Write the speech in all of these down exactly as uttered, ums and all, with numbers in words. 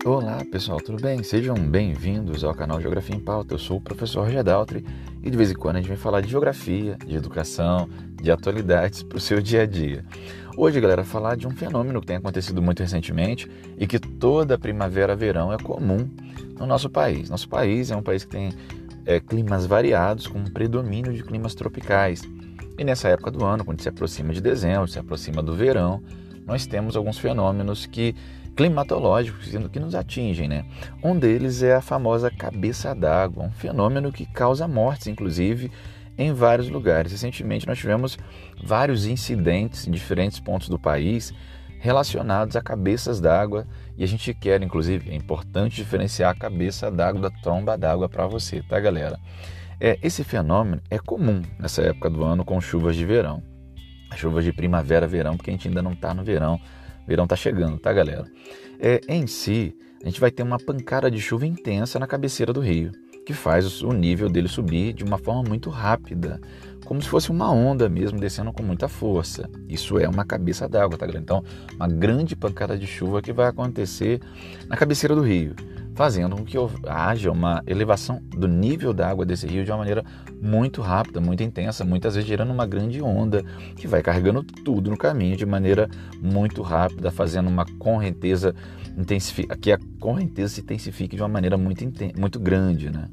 Olá pessoal, tudo bem? Sejam bem-vindos ao canal Geografia em Pauta. Eu sou o professor Roger Daltri e de vez em quando a gente vem falar de geografia, de educação, de atualidades para o seu dia a dia. Hoje, galera, falar de um fenômeno que tem acontecido muito recentemente e que toda primavera-verão é comum no nosso país. Nosso país é um país que tem é, climas variados, com um predomínio de climas tropicais. E nessa época do ano, quando se aproxima de dezembro, se aproxima do verão, nós temos alguns fenômenos que climatológicos que nos atingem, né? Um deles é a famosa cabeça d'água, um fenômeno que causa mortes, inclusive, em vários lugares. Recentemente nós tivemos vários incidentes em diferentes pontos do país relacionados a cabeças d'água e a gente quer, inclusive, é importante diferenciar a cabeça d'água da tromba d'água para você, tá, galera? É, esse fenômeno é comum nessa época do ano com chuvas de verão. Chuvas de primavera, verão, porque a gente ainda não está no verão. Verão está chegando, tá, galera? É, em si, a gente vai ter uma pancada de chuva intensa na cabeceira do rio, que faz o nível dele subir de uma forma muito rápida, como se fosse uma onda mesmo, descendo com muita força. Isso é uma cabeça d'água, tá, galera? Então, uma grande pancada de chuva que vai acontecer na cabeceira do rio, fazendo com que haja uma elevação do nível da água desse rio de uma maneira muito rápida, muito intensa, muitas vezes gerando uma grande onda que vai carregando tudo no caminho de maneira muito rápida, fazendo uma correnteza intensifica, que a correnteza se intensifique de uma maneira muito, muito grande, né?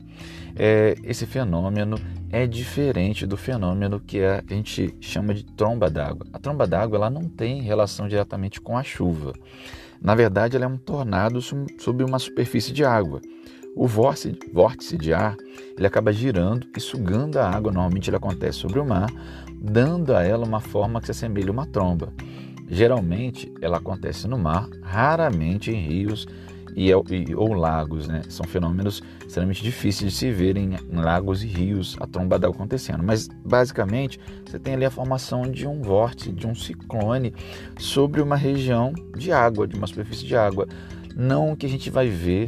É, esse fenômeno é diferente do fenômeno que a gente chama de tromba d'água. A tromba d'água ela não tem relação diretamente com a chuva. Na verdade, ela é um tornado sob uma superfície de água. O vórtice, vórtice de ar ele acaba girando e sugando a água. Normalmente ele acontece sobre o mar, dando a ela uma forma que se assemelha a uma tromba. Geralmente ela acontece no mar, raramente em rios e, e, ou lagos, né? São fenômenos extremamente difíceis de se ver em, em lagos e rios, a tromba d'água acontecendo. Mas basicamente você tem ali a formação de um vórtice, de um ciclone sobre uma região de água, de uma superfície de água. Não o que a gente vai ver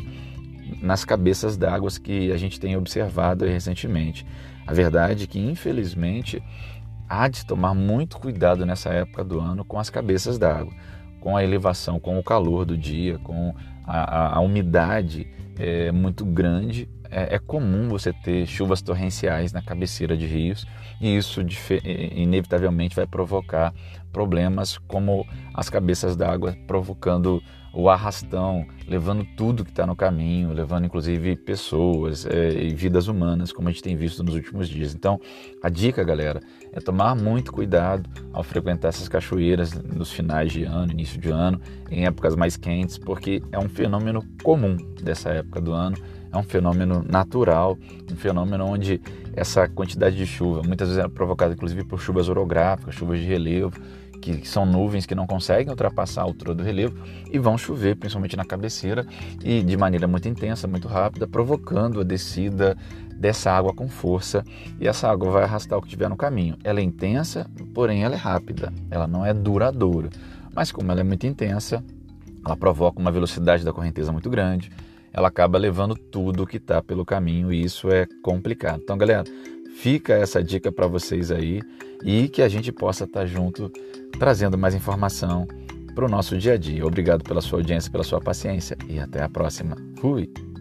nas cabeças d'água que a gente tem observado recentemente. A verdade é que, infelizmente, há de tomar muito cuidado nessa época do ano com as cabeças d'água, com a elevação, com o calor do dia, com a, a, a umidade é, muito grande. É, é comum você ter chuvas torrenciais na cabeceira de rios e isso inevitavelmente vai provocar problemas como as cabeças d'água provocando o arrastão, levando tudo que está no caminho, levando inclusive pessoas é, e vidas humanas, como a gente tem visto nos últimos dias. Então, a dica, galera, é tomar muito cuidado ao frequentar essas cachoeiras nos finais de ano, início de ano, em épocas mais quentes, porque é um fenômeno comum dessa época do ano, é um fenômeno natural, um fenômeno onde essa quantidade de chuva, muitas vezes é provocada inclusive por chuvas orográficas, chuvas de relevo, que são nuvens que não conseguem ultrapassar a altura do relevo e vão chover, principalmente na cabeceira, e de maneira muito intensa, muito rápida, provocando a descida dessa água com força, e essa água vai arrastar o que tiver no caminho. Ela é intensa, porém ela é rápida, ela não é duradoura, mas como ela é muito intensa, ela provoca uma velocidade da correnteza muito grande, ela acaba levando tudo que está pelo caminho e isso é complicado. Então, galera, fica essa dica para vocês aí e que a gente possa estar junto trazendo mais informação para o nosso dia a dia. Obrigado pela sua audiência, pela sua paciência e até a próxima. Fui!